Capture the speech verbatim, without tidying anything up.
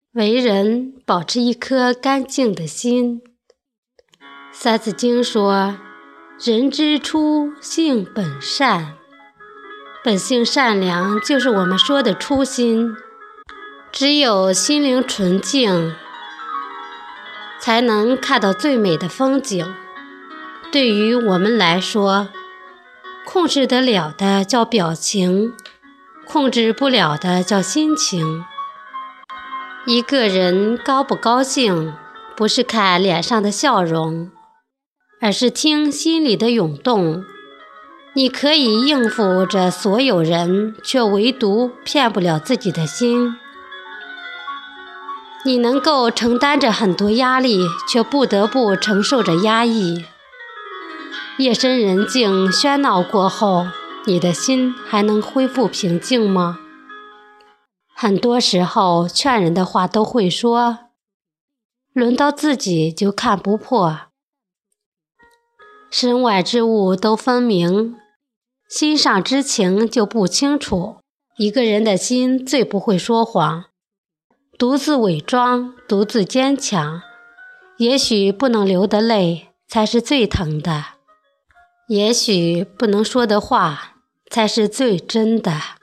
为人保持一颗干净的心。三字经说，人之初，性本善。本性善良就是我们说的初心。只有心灵纯净，才能看到最美的风景。对于我们来说，控制得了的叫表情，控制不了的叫心情。一个人高不高兴，不是看脸上的笑容，而是听心里的涌动。你可以应付着所有人，却唯独骗不了自己的心。你能够承担着很多压力，却不得不承受着压抑。夜深人静，喧闹过后，你的心还能恢复平静吗？很多时候，劝人的话都会说，轮到自己就看不破。身外之物都分明，心上之情就不清楚。一个人的心最不会说谎，独自伪装，独自坚强。也许不能流的泪才是最疼的，也许不能说的话才是最真的。